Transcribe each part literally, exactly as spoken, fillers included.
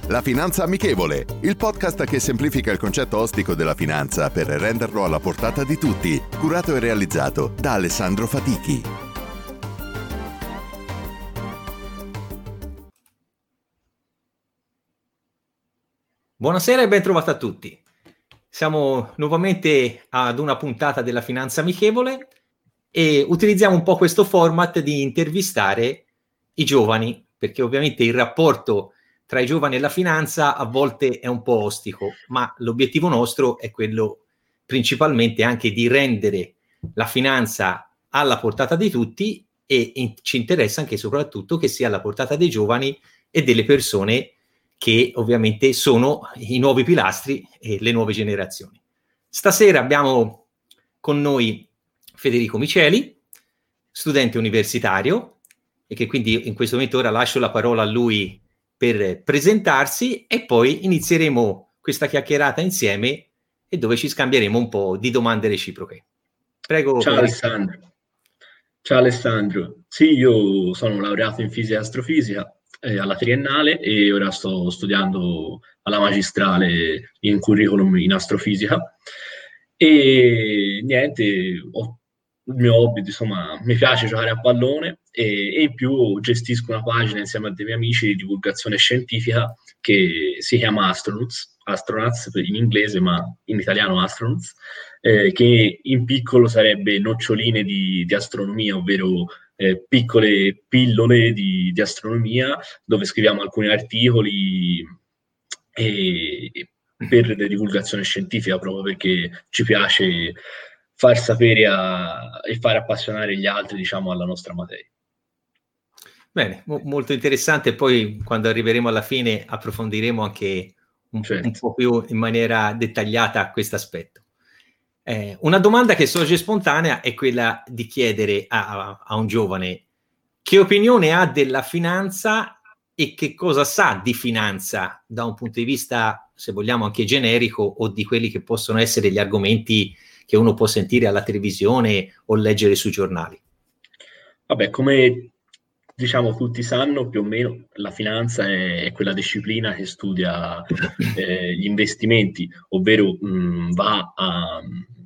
La Finanza Amichevole, il podcast che semplifica il concetto ostico della finanza per renderlo alla portata di tutti, curato e realizzato da Alessandro Fatichi. Buonasera e ben trovati a tutti. Siamo nuovamente ad una puntata della Finanza Amichevole e utilizziamo un po' questo format di intervistare i giovani, perché ovviamente il rapporto tra i giovani e la finanza a volte è un po' ostico, ma l'obiettivo nostro è quello principalmente anche di rendere la finanza alla portata di tutti e in- ci interessa anche e soprattutto che sia alla portata dei giovani e delle persone che ovviamente sono i nuovi pilastri e le nuove generazioni. Stasera abbiamo con noi Federico Miceli, studente universitario, e che quindi in questo momento ora lascio la parola a lui per presentarsi e poi inizieremo questa chiacchierata insieme e dove ci scambieremo un po' di domande reciproche. Prego. Ciao Federico. Alessandro. Ciao Alessandro. Sì, io sono laureato in fisica e astrofisica eh, alla triennale e ora sto studiando alla magistrale in curriculum in astrofisica e niente, ho il mio hobby, insomma, mi piace giocare a pallone e, e in più gestisco una pagina insieme a dei miei amici di divulgazione scientifica che si chiama Astronauts, Astronauts in inglese, ma in italiano Astronauts, eh, che in piccolo sarebbe noccioline di, di astronomia, ovvero eh, piccole pillole di, di astronomia, dove scriviamo alcuni articoli e, per la divulgazione scientifica, proprio perché ci piace far sapere a, e far appassionare gli altri, diciamo, alla nostra materia. Bene, mo- molto interessante. Poi quando arriveremo alla fine approfondiremo anche un, Certo. un po' più in maniera dettagliata questo aspetto. Eh, una domanda che sorge spontanea è quella di chiedere a, a un giovane che opinione ha della finanza e che cosa sa di finanza da un punto di vista, se vogliamo, anche generico o di quelli che possono essere gli argomenti che uno può sentire alla televisione o leggere sui giornali. Vabbè, come diciamo tutti sanno, più o meno la finanza è, è quella disciplina che studia eh, gli investimenti, ovvero mh, va a,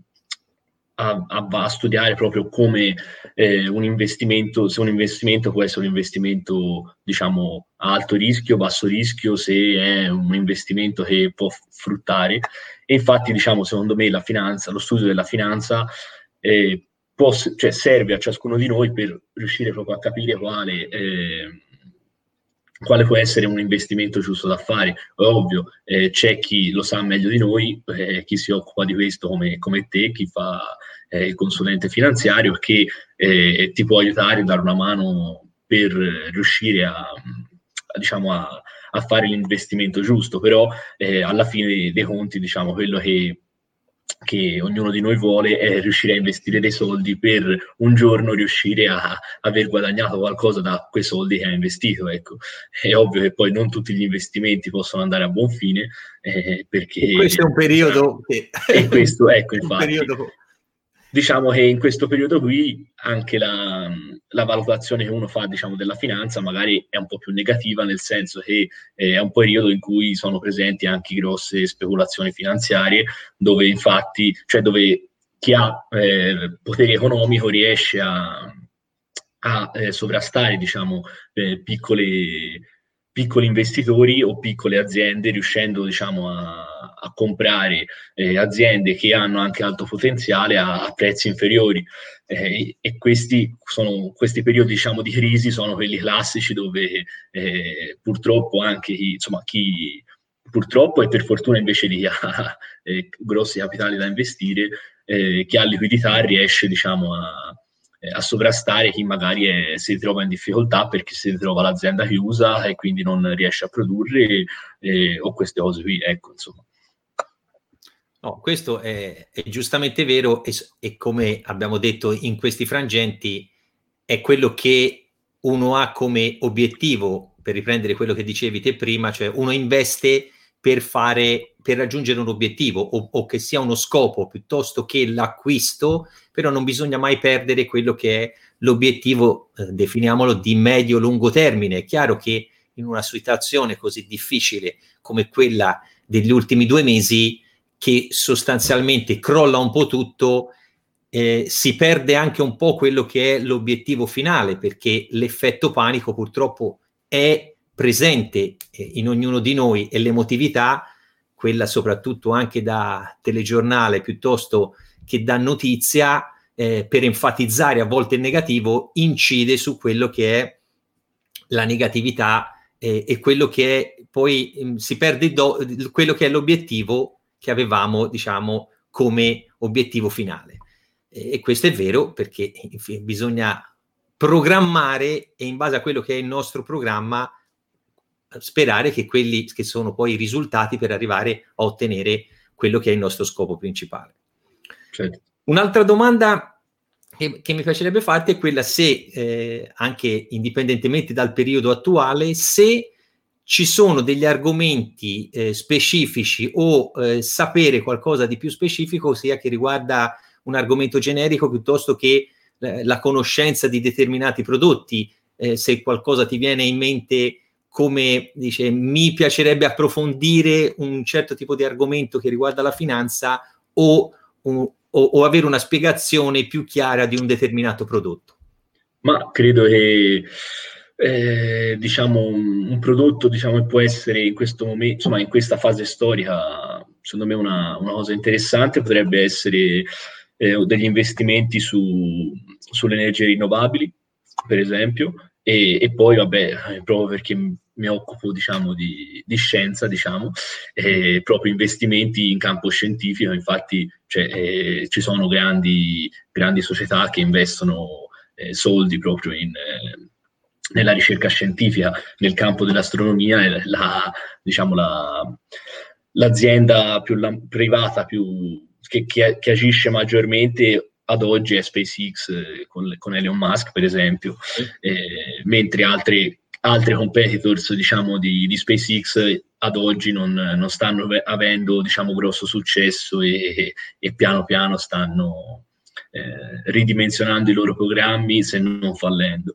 a, a, va a studiare proprio come eh, un investimento, se un investimento può essere un investimento, diciamo, a alto rischio, basso rischio, se è un investimento che può fruttare. E infatti, diciamo, secondo me la finanza, lo studio della finanza eh, può, cioè, serve a ciascuno di noi per riuscire proprio a capire quale, eh, quale può essere un investimento giusto da fare. È ovvio, eh, c'è chi lo sa meglio di noi, eh, chi si occupa di questo come, come te, chi fa eh, il consulente finanziario, che eh, ti può aiutare a dare una mano per riuscire a, a diciamo, a a fare l'investimento giusto, però eh, alla fine dei conti, diciamo, quello che, che ognuno di noi vuole è riuscire a investire dei soldi per un giorno riuscire a aver guadagnato qualcosa da quei soldi che ha investito, ecco. È ovvio che poi non tutti gli investimenti possono andare a buon fine, eh, perché... E questo è un periodo che... E questo, ecco, un infatti... periodo... Diciamo che in questo periodo qui anche la, la valutazione che uno fa, diciamo, della finanza magari è un po' più negativa, nel senso che eh, è un periodo in cui sono presenti anche grosse speculazioni finanziarie, dove infatti, cioè dove chi ha eh, potere economico riesce a, a eh, sovrastare, diciamo, eh, piccole piccoli investitori o piccole aziende, riuscendo, diciamo, a, a comprare eh, aziende che hanno anche alto potenziale a, a prezzi inferiori. Eh, e questi, sono, questi periodi, diciamo, di crisi sono quelli classici dove eh, purtroppo anche chi, insomma, chi purtroppo e per fortuna invece di ha eh, grossi capitali da investire, eh, chi ha liquidità riesce, diciamo, a a sovrastare chi magari è, si trova in difficoltà perché si trova l'azienda chiusa e quindi non riesce a produrre eh, o queste cose qui, ecco, insomma. No, questo è, è giustamente vero e, e come abbiamo detto in questi frangenti è quello che uno ha come obiettivo, per riprendere quello che dicevi te prima, cioè uno investe per fare, per raggiungere un obiettivo o, o che sia uno scopo piuttosto che l'acquisto, però non bisogna mai perdere quello che è l'obiettivo, eh, definiamolo, di medio-lungo termine. È chiaro che in una situazione così difficile come quella degli ultimi due mesi, che sostanzialmente crolla un po' tutto, eh, si perde anche un po' quello che è l'obiettivo finale, perché l'effetto panico purtroppo è presente eh, in ognuno di noi, e l'emotività, quella soprattutto anche da telegiornale piuttosto che da notizia, eh, per enfatizzare a volte il negativo, incide su quello che è la negatività eh, e quello che è poi mh, si perde do, quello che è l'obiettivo che avevamo, diciamo, come obiettivo finale. E, e questo è vero, perché infine, bisogna programmare, e in base a quello che è il nostro programma sperare che quelli che sono poi i risultati per arrivare a ottenere quello che è il nostro scopo principale. Certo. Un'altra domanda che, che mi piacerebbe farti è quella se, eh, anche indipendentemente dal periodo attuale, se ci sono degli argomenti eh, specifici o eh, sapere qualcosa di più specifico, sia che riguarda un argomento generico piuttosto che eh, la conoscenza di determinati prodotti, eh, se qualcosa ti viene in mente come dice mi piacerebbe approfondire un certo tipo di argomento che riguarda la finanza, o, o, o avere una spiegazione più chiara di un determinato prodotto. Ma credo che eh, diciamo un, un prodotto, diciamo, che può essere in questo momento, insomma in questa fase storica, secondo me una, una cosa interessante potrebbe essere eh, degli investimenti su, sulle energie rinnovabili, per esempio. E, e poi, vabbè, proprio perché mi occupo, diciamo, di, di scienza, diciamo, eh, proprio investimenti in campo scientifico. Infatti, cioè, eh, ci sono grandi, grandi società che investono eh, soldi proprio in, eh, nella ricerca scientifica nel campo dell'astronomia. E la, diciamo, la, l'azienda più la, privata più, che, che, che agisce maggiormente ad oggi è SpaceX, eh, con, con Elon Musk, per esempio, eh, mentre altri, altri competitors, diciamo, di, di SpaceX ad oggi non, non stanno avendo, diciamo, grosso successo, e, e piano piano stanno eh, ridimensionando i loro programmi, se non fallendo.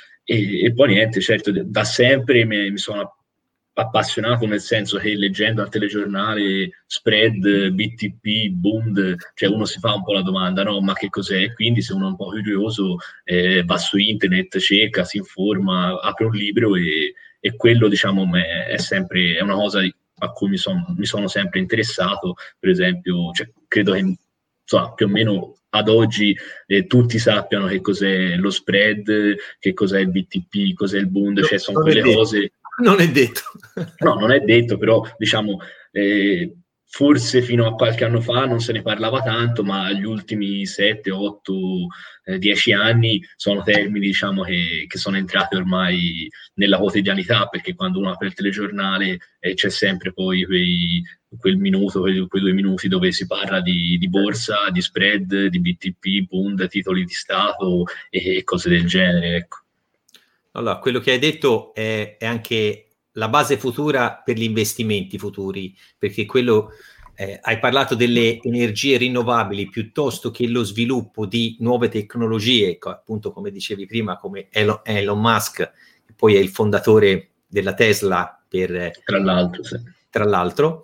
E, e poi niente, certo, da sempre mi, mi sono appassionato, nel senso che leggendo al telegiornale spread, B T P, Bund, cioè uno si fa un po' la domanda, no, ma che cos'è? Quindi se uno è un po' curioso eh, va su internet, cerca, si informa, apre un libro, e, e quello, diciamo, è, è sempre è una cosa a cui mi, son, mi sono sempre interessato. Per esempio, cioè, credo che, insomma, più o meno ad oggi eh, tutti sappiano che cos'è lo spread, che cos'è il B T P, cos'è il Bund, no, cioè sono quelle cose. Non è detto. No, non è detto, però diciamo eh, forse fino a qualche anno fa non se ne parlava tanto, ma gli ultimi sette, otto, dieci anni sono termini, diciamo, che, che sono entrati ormai nella quotidianità, perché quando uno apre il telegiornale eh, c'è sempre poi quei, quel minuto, quei, quei due minuti dove si parla di, di borsa, di spread, di B T P, Bund, titoli di Stato e, e cose del genere, ecco. Allora, quello che hai detto è, è anche la base futura per gli investimenti futuri, perché quello eh, hai parlato delle energie rinnovabili piuttosto che lo sviluppo di nuove tecnologie, appunto come dicevi prima, come Elon, Elon Musk, che poi è il fondatore della Tesla, per, tra l'altro, sì. tra l'altro,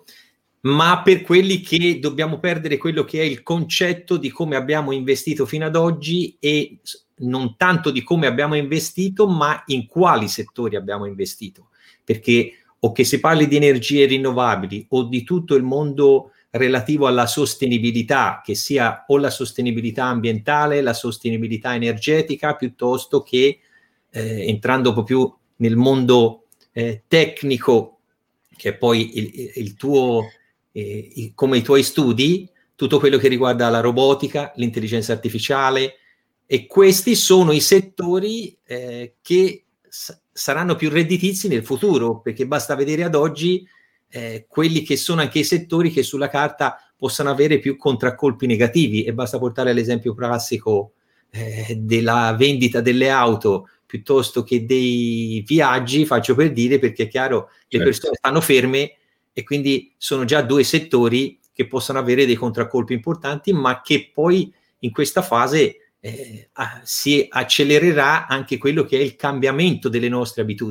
ma per quelli che dobbiamo perdere quello che è il concetto di come abbiamo investito fino ad oggi, e non tanto di come abbiamo investito, ma in quali settori abbiamo investito, perché o che si parli di energie rinnovabili o di tutto il mondo relativo alla sostenibilità, che sia o la sostenibilità ambientale, la sostenibilità energetica, piuttosto che eh, entrando un po' più nel mondo eh, tecnico, che è poi il, il tuo, eh, il, come i tuoi studi, tutto quello che riguarda la robotica, l'intelligenza artificiale. E questi sono i settori eh, che s- saranno più redditizi nel futuro, perché basta vedere ad oggi eh, quelli che sono anche i settori che sulla carta possano avere più contraccolpi negativi, e basta portare l'esempio classico eh, della vendita delle auto piuttosto che dei viaggi, faccio per dire, perché è chiaro, le persone stanno ferme, e quindi sono già due settori che possono avere dei contraccolpi importanti, ma che poi in questa fase Eh, ah, si accelererà anche quello che è il cambiamento delle nostre abitudini,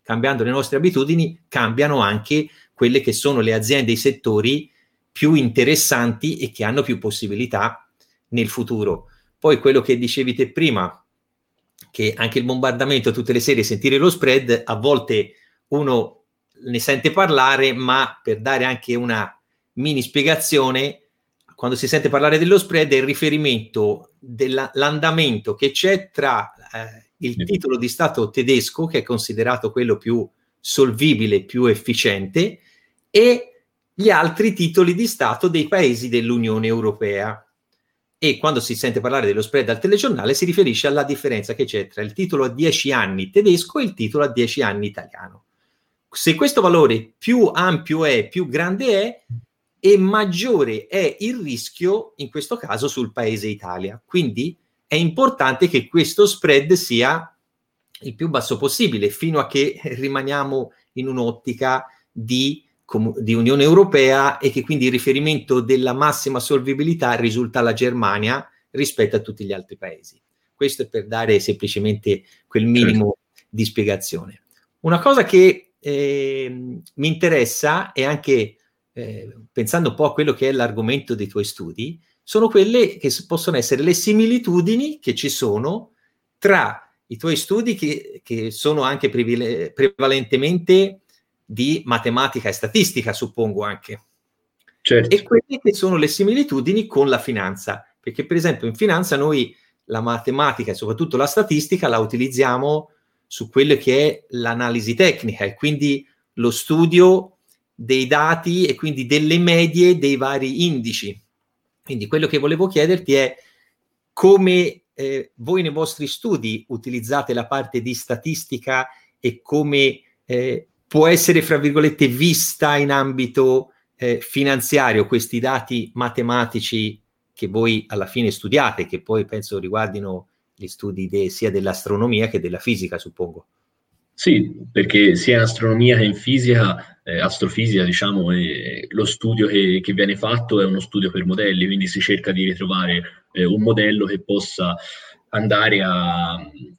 cambiando le nostre abitudini, cambiano anche quelle che sono le aziende, i settori più interessanti e che hanno più possibilità nel futuro. Poi quello che dicevi te prima, che anche il bombardamento tutte le sere, sentire lo spread, a volte uno ne sente parlare, ma per dare anche una mini spiegazione, quando si sente parlare dello spread è il riferimento dell'andamento che c'è tra eh, il titolo di Stato tedesco, che è considerato quello più solvibile, più efficiente, e gli altri titoli di Stato dei paesi dell'Unione Europea. E quando si sente parlare dello spread al telegiornale si riferisce alla differenza che c'è tra il titolo a dieci anni tedesco e il titolo a dieci anni italiano. Se questo valore più ampio è, più grande è, e maggiore è il rischio, in questo caso, sul paese Italia. Quindi è importante che questo spread sia il più basso possibile, fino a che rimaniamo in un'ottica di, di Unione Europea, e che quindi il riferimento della massima solvibilità risulta la Germania rispetto a tutti gli altri paesi. Questo è per dare semplicemente quel minimo certo. di spiegazione. Una cosa che eh, mi interessa, e anche eh, pensando un po' a quello che è l'argomento dei tuoi studi, sono quelle che possono essere le similitudini che ci sono tra i tuoi studi, che, che sono anche previle- prevalentemente di matematica e statistica, suppongo anche, certo. e quelle che sono le similitudini con la finanza, perché per esempio in finanza noi la matematica e soprattutto la statistica la utilizziamo su quello che è l'analisi tecnica, e quindi lo studio dei dati e quindi delle medie dei vari indici. Quindi quello che volevo chiederti è come eh, voi nei vostri studi utilizzate la parte di statistica, e come eh, può essere, fra virgolette, vista in ambito eh, finanziario questi dati matematici che voi alla fine studiate, che poi penso riguardino gli studi de, sia dell'astronomia che della fisica, suppongo. Sì, perché sia in astronomia che in fisica, eh, astrofisica, diciamo, eh, lo studio che, che viene fatto è uno studio per modelli, quindi si cerca di ritrovare eh, un modello che possa andare a,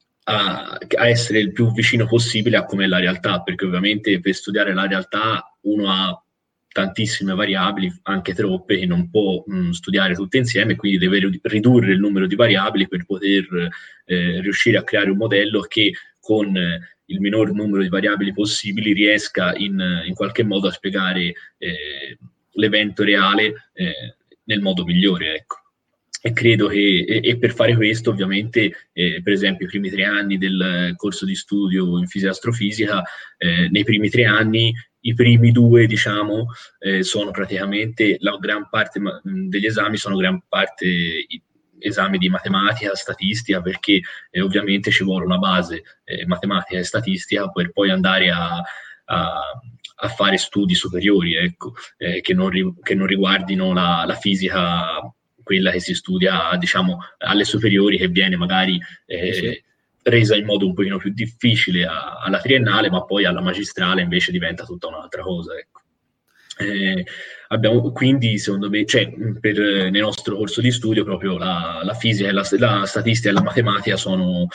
a, a essere il più vicino possibile a com'è la realtà, perché ovviamente per studiare la realtà uno ha tantissime variabili, anche troppe, che non può mh, studiare tutte insieme, quindi deve ridurre il numero di variabili per poter eh, riuscire a creare un modello che con eh, il minor numero di variabili possibili riesca in, in qualche modo a spiegare eh, l'evento reale eh, nel modo migliore, ecco. E credo che, e, e per fare questo, ovviamente, eh, per esempio, i primi tre anni del corso di studio in fisica e astrofisica, eh, nei primi tre anni, i primi due, diciamo, eh, sono praticamente, la gran parte ma, degli esami sono gran parte i, esami di matematica, statistica, perché eh, ovviamente ci vuole una base eh, matematica e statistica per poi andare a, a, a fare studi superiori, ecco, eh, che, non ri, che non riguardino la, la fisica, quella che si studia, diciamo, alle superiori, che viene magari eh, sì. resa in modo un pochino più difficile a, alla triennale, ma poi alla magistrale invece diventa tutta un'altra cosa, ecco. Eh, abbiamo quindi, secondo me, cioè, per, nel nostro corso di studio proprio la, la fisica, e la, la statistica e la matematica sono,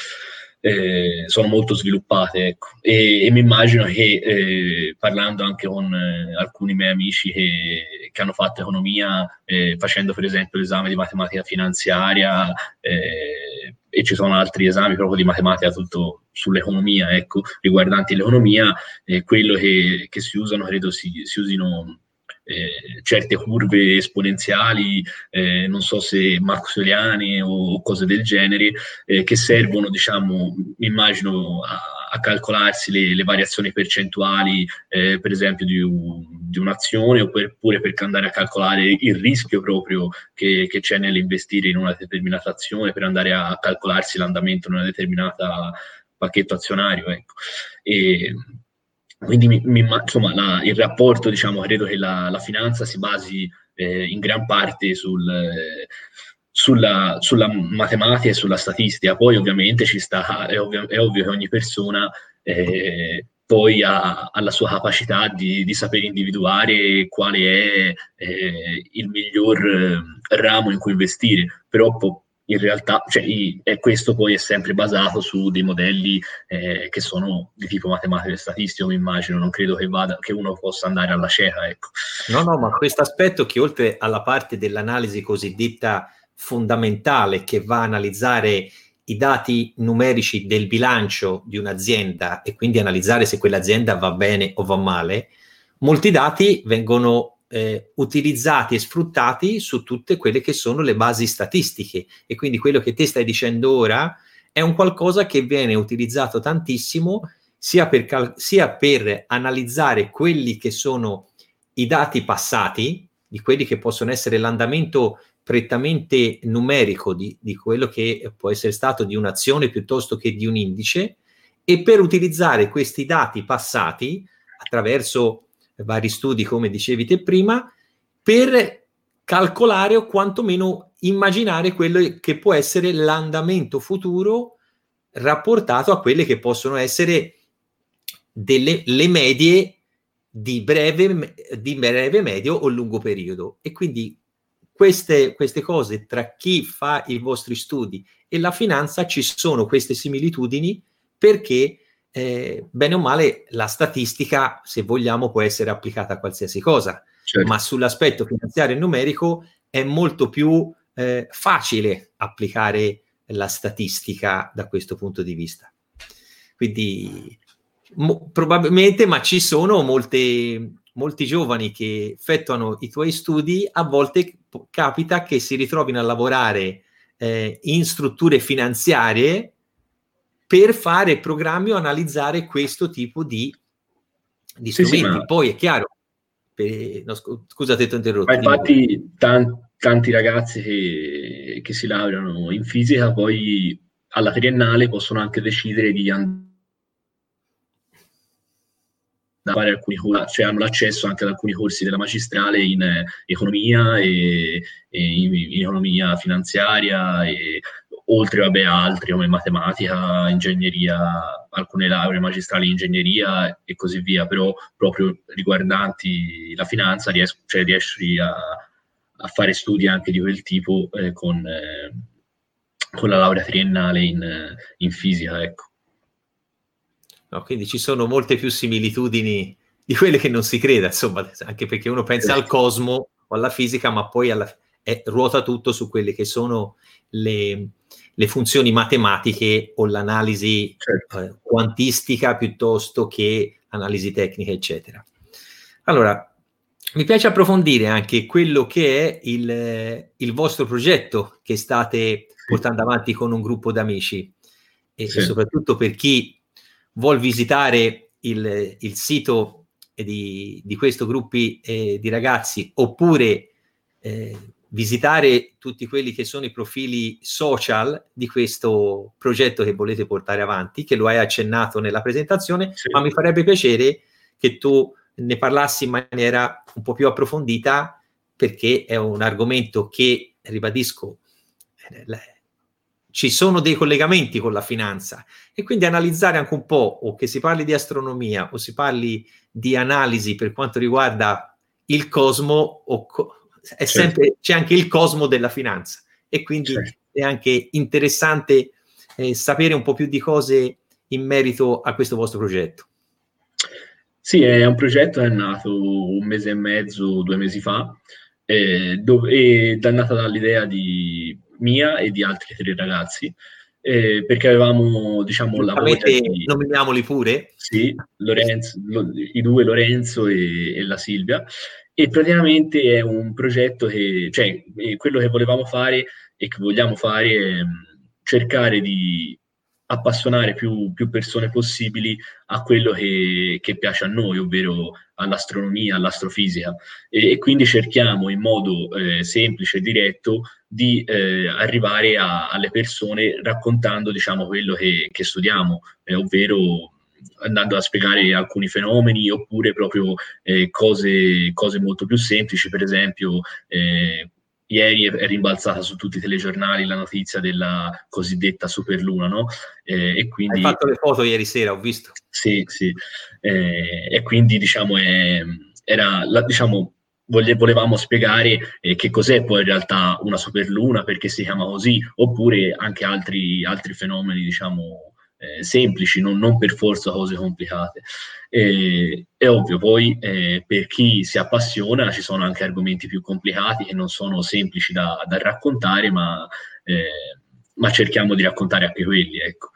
eh, sono molto sviluppate, ecco. e, e mi immagino che eh, parlando anche con eh, alcuni miei amici che, che hanno fatto economia, eh, facendo per esempio l'esame di matematica finanziaria, eh, e ci sono altri esami proprio di matematica tutto sull'economia, ecco, riguardanti l'economia, eh, quello che, che si usano, credo si, si usino eh, certe curve esponenziali, eh, non so se maxwelliane o, o cose del genere, eh, che servono, diciamo, immagino a, a calcolarsi le, le variazioni percentuali, eh, per esempio di, un, di un'azione, oppure per andare a calcolare il rischio proprio che, che c'è nell'investire in una determinata azione, per andare a calcolarsi l'andamento in una determinata pacchetto azionario, ecco. E quindi mi, mi, insomma la, il rapporto, diciamo, credo che la, la finanza si basi eh, in gran parte sul, eh, sulla, sulla matematica e sulla statistica. Poi ovviamente ci sta, è ovvio, è ovvio che ogni persona eh, poi ha, ha la sua capacità di, di saper individuare quale è eh, il miglior eh, ramo in cui investire, però po- in realtà, cioè, i, e questo poi è sempre basato su dei modelli eh, che sono di tipo matematico e statistico, mi immagino, non credo che, vada, che uno possa andare alla cieca, ecco. No, no, ma questo aspetto che oltre alla parte dell'analisi cosiddetta fondamentale, che va a analizzare i dati numerici del bilancio di un'azienda e quindi analizzare se quell'azienda va bene o va male, molti dati vengono eh, utilizzati e sfruttati su tutte quelle che sono le basi statistiche, e quindi quello che te stai dicendo ora è un qualcosa che viene utilizzato tantissimo sia per, cal- sia per analizzare quelli che sono i dati passati, di quelli che possono essere l'andamento prettamente numerico di, di quello che può essere stato di un'azione piuttosto che di un indice, e per utilizzare questi dati passati attraverso vari studi, come dicevi te prima, per calcolare o quantomeno immaginare quello che può essere l'andamento futuro rapportato a quelle che possono essere delle le medie di breve, di breve, medio o lungo periodo. E quindi queste, queste cose, tra chi fa i vostri studi e la finanza, ci sono queste similitudini, perché eh, bene o male la statistica, se vogliamo, può essere applicata a qualsiasi cosa, certo. Ma sull'aspetto finanziario e numerico è molto più eh, facile applicare la statistica da questo punto di vista. Quindi mo, probabilmente, ma ci sono molte, molti giovani che effettuano i tuoi studi, a volte capita che si ritrovino a lavorare eh, in strutture finanziarie per fare programmi o analizzare questo tipo di, di sì, strumenti. Sì, ma... Poi è chiaro, per... no, scusate, ti ho interrotto. Ma infatti tanti, tanti ragazzi che, che si laureano in fisica poi alla triennale possono anche decidere di andare a fare alcuni corsi, cioè hanno l'accesso anche ad alcuni corsi della magistrale in eh, economia e, e in, in economia finanziaria, e oltre vabbè a altri come matematica, ingegneria, alcune lauree magistrali in ingegneria e così via, però proprio riguardanti la finanza ries- cioè riesci a, a fare studi anche di quel tipo eh, con, eh, con la laurea triennale in, in fisica, ecco. No, quindi ci sono molte più similitudini di quelle che non si creda, insomma, anche perché uno pensa al cosmo o alla fisica, ma poi alla, è, ruota tutto su quelle che sono le, le funzioni matematiche o l'analisi certo. eh, quantistica piuttosto che analisi tecnica, eccetera. Allora, mi piace approfondire anche quello che è il, il vostro progetto che state sì. portando avanti con un gruppo d'amici, e, sì. e soprattutto per chi vuol visitare il, il sito di, di questo gruppi eh, di ragazzi, oppure eh, visitare tutti quelli che sono i profili social di questo progetto che volete portare avanti, che lo hai accennato nella presentazione, sì. ma mi farebbe piacere che tu ne parlassi in maniera un po' più approfondita, perché è un argomento che, ribadisco, ci sono dei collegamenti con la finanza, e quindi analizzare anche un po', o che si parli di astronomia o si parli di analisi per quanto riguarda il cosmo, o co- è certo. sempre, c'è anche il cosmo della finanza, e quindi certo. è anche interessante eh, sapere un po' più di cose in merito a questo vostro progetto. Sì, è un progetto che è nato un mese e mezzo, due mesi fa, eh, dove, ed è nata dall'idea di mia e di altri tre ragazzi, eh, perché avevamo, diciamo, la voglia di... Nominiamoli pure? Sì, Lorenzo, lo, i due, Lorenzo e, e la Silvia, e praticamente è un progetto che, cioè, quello che volevamo fare e che vogliamo fare è cercare di appassionare più, più persone possibili a quello che, che piace a noi, ovvero all'astronomia, all'astrofisica, e, e quindi cerchiamo in modo eh, semplice e diretto di eh, arrivare a, alle persone raccontando, diciamo, quello che, che studiamo, eh, ovvero andando a spiegare alcuni fenomeni, oppure proprio eh, cose, cose molto più semplici. Per esempio, eh, ieri è rimbalzata su tutti i telegiornali la notizia della cosiddetta superluna, no? Eh, e quindi... Hai fatto le foto ieri sera, ho visto. Sì, sì. Eh, e quindi, diciamo, è, era, la, diciamo, vole- volevamo spiegare eh, che cos'è poi in realtà una superluna, perché si chiama così, oppure anche altri, altri fenomeni, diciamo, eh, semplici, non, non per forza cose complicate. Eh, è ovvio, poi eh, per chi si appassiona ci sono anche argomenti più complicati che non sono semplici da, da raccontare, ma, eh, ma cerchiamo di raccontare anche quelli, ecco.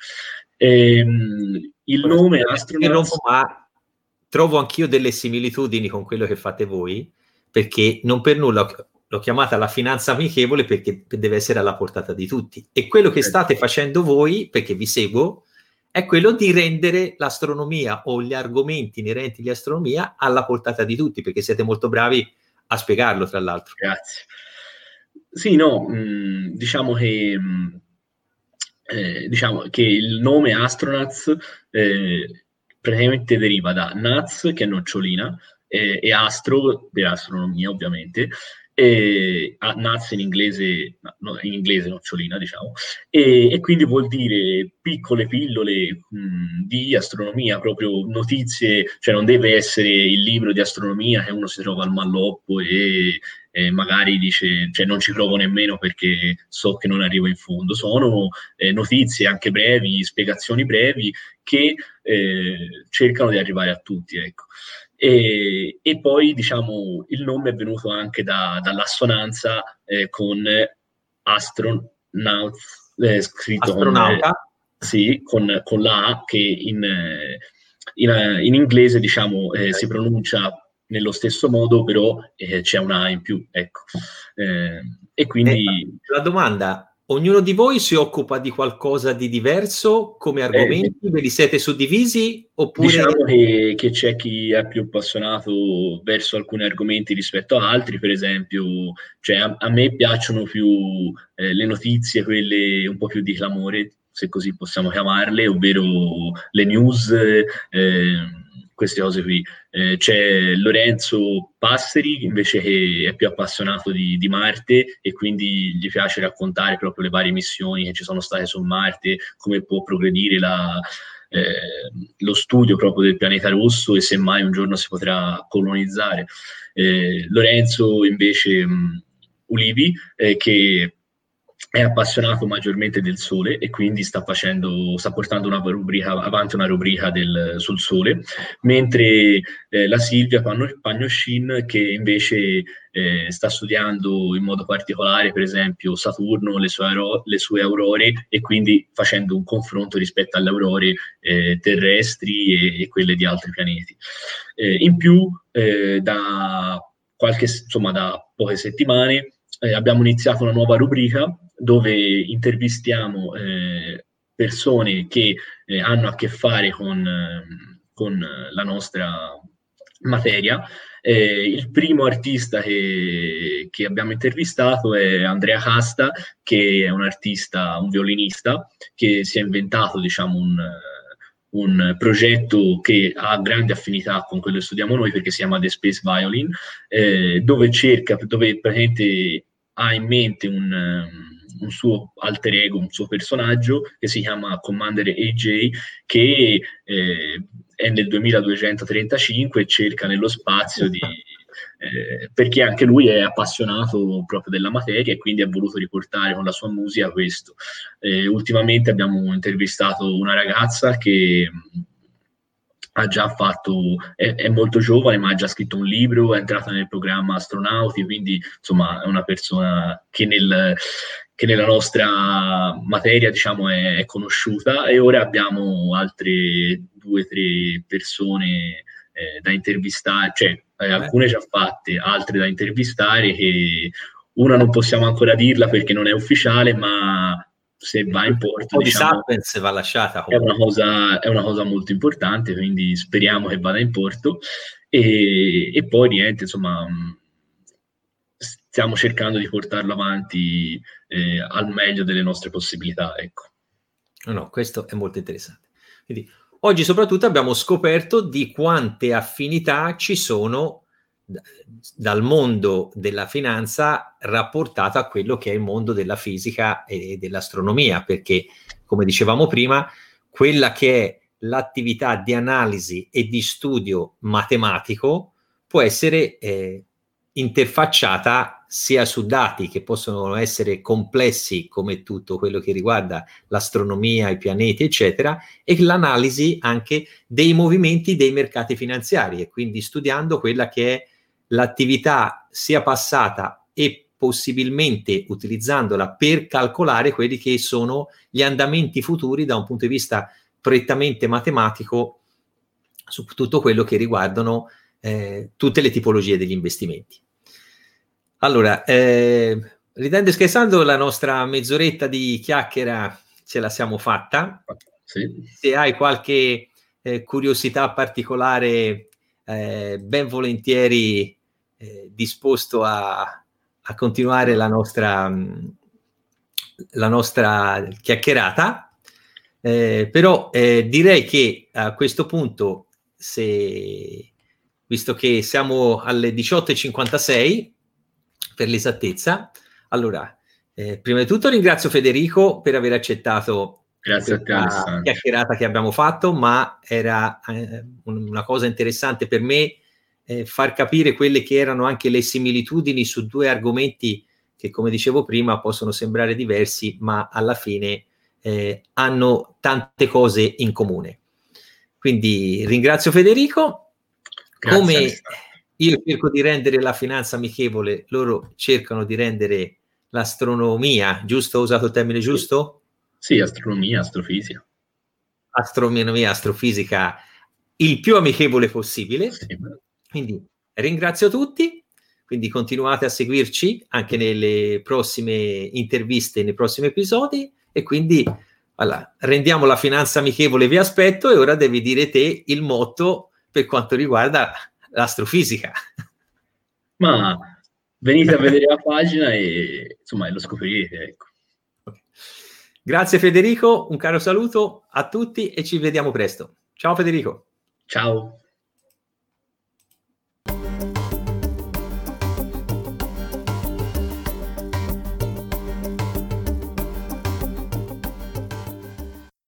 Ehm, il nome Astronauts... Ma trovo anch'io delle similitudini con quello che fate voi, perché non per nulla l'ho chiamata la finanza amichevole, perché deve essere alla portata di tutti. E quello che state facendo voi, perché vi seguo, è quello di rendere l'astronomia o gli argomenti inerenti all'astronomia alla portata di tutti, perché siete molto bravi a spiegarlo, tra l'altro. Grazie. Sì, no, mh, diciamo che mh, eh, diciamo che il nome Astronauts eh, praticamente deriva da nuts, che è nocciolina, eh, e astro, per astronomia ovviamente, e ah, nuts in inglese, no, in inglese nocciolina, diciamo, e, e quindi vuol dire piccole pillole mh, di astronomia, proprio notizie, cioè non deve essere il libro di astronomia che uno si trova al malloppo e eh, magari dice, cioè non ci provo nemmeno perché so che non arrivo in fondo. Sono eh, notizie anche brevi, spiegazioni brevi che eh, cercano di arrivare a tutti, ecco. E, e poi diciamo il nome è venuto anche da, dall'assonanza eh, con astronaut, eh, scritto Astronauta. con, sì, con, con la A, che in, in, in inglese diciamo eh, si pronuncia nello stesso modo, però eh, c'è una A in più, ecco. Eh, e quindi... Eh, la domanda, ognuno di voi si occupa di qualcosa di diverso come argomenti? Eh, ve li siete suddivisi? Oppure... Diciamo che, che c'è chi è più appassionato verso alcuni argomenti rispetto a altri, per esempio, cioè a, a me piacciono più eh, le notizie, quelle un po' più di clamore, se così possiamo chiamarle, ovvero le news, eh, queste cose qui. Eh, c'è Lorenzo Passeri invece che è più appassionato di, di Marte e quindi gli piace raccontare proprio le varie missioni che ci sono state su Marte, come può progredire la, eh, lo studio proprio del pianeta rosso e se mai un giorno si potrà colonizzare. Eh, Lorenzo invece mh, Ulivi eh, che è appassionato maggiormente del Sole e quindi sta facendo, sta portando una rubrica, avanti una rubrica del, sul Sole, mentre eh, la Silvia Pagnoscin che invece eh, sta studiando in modo particolare per esempio Saturno, le sue, auro, le sue aurore e quindi facendo un confronto rispetto alle aurore eh, terrestri e, e quelle di altri pianeti. Eh, in più eh, da qualche, insomma da poche settimane eh, abbiamo iniziato una nuova rubrica dove intervistiamo eh, persone che eh, hanno a che fare con, eh, con la nostra materia. Eh, il primo artista che, che abbiamo intervistato è Andrea Casta, che è un artista, un violinista, che si è inventato, diciamo, un, un progetto che ha grande affinità con quello che studiamo noi, perché si chiama The Space Violin, eh, dove cerca, dove praticamente ha in mente un... un suo alter ego, un suo personaggio che si chiama Commander A J, che eh, è nel duemiladuecentotrentacinque e cerca nello spazio di... Eh, perché anche lui è appassionato proprio della materia e quindi ha voluto riportare con la sua musica questo. Eh, ultimamente abbiamo intervistato una ragazza che ha già fatto, è, è molto giovane, ma ha già scritto un libro, è entrata nel programma Astronauti, quindi insomma è una persona che, nel, che nella nostra materia diciamo è, è conosciuta, e ora abbiamo altre due o tre persone eh, da intervistare, cioè eh, alcune già fatte, altre da intervistare, che una non possiamo ancora dirla perché non è ufficiale, ma se va in porto, un po' diciamo, di suspense va lasciata. è una, cosa, è una cosa molto importante, quindi speriamo che vada in porto. E, e poi niente, insomma, stiamo cercando di portarlo avanti eh, al meglio delle nostre possibilità, ecco. No, no, questo è molto interessante. Quindi, oggi soprattutto abbiamo scoperto di quante affinità ci sono dal mondo della finanza rapportato a quello che è il mondo della fisica e dell'astronomia, perché come dicevamo prima, quella che è l'attività di analisi e di studio matematico può essere eh, interfacciata sia su dati che possono essere complessi come tutto quello che riguarda l'astronomia, i pianeti eccetera, e l'analisi anche dei movimenti dei mercati finanziari, e quindi studiando quella che è l'attività sia passata e possibilmente utilizzandola per calcolare quelli che sono gli andamenti futuri da un punto di vista prettamente matematico su tutto quello che riguardano eh, tutte le tipologie degli investimenti. Allora, eh, ridendo e scherzando, la nostra mezz'oretta di chiacchiera ce la siamo fatta. Sì. Se hai qualche eh, curiosità particolare, eh, ben volentieri eh, disposto a, a continuare la nostra, la nostra chiacchierata. Eh, però eh, direi che a questo punto, se, visto che siamo alle diciotto e cinquantasei, per l'esattezza, allora, eh, prima di tutto ringrazio Federico per aver accettato Grazie questa a te, chiacchierata che abbiamo fatto, ma era eh, una cosa interessante per me eh, far capire quelle che erano anche le similitudini su due argomenti che, come dicevo prima, possono sembrare diversi, ma alla fine eh, hanno tante cose in comune. Quindi ringrazio Federico. Grazie. Come io cerco di rendere la finanza amichevole, loro cercano di rendere l'astronomia, giusto? Ho usato il termine giusto? Sì, astronomia, astrofisica. Astronomia, astrofisica il più amichevole possibile. Sì. Quindi ringrazio tutti, quindi continuate a seguirci anche nelle prossime interviste, nei prossimi episodi, e quindi allora, rendiamo la finanza amichevole, vi aspetto, e ora devi dire te il motto per quanto riguarda l'astrofisica. Ma venite a vedere la pagina e insomma lo scoprirete, ecco. Okay. Grazie Federico, un caro saluto a tutti e ci vediamo presto. Ciao Federico. Ciao.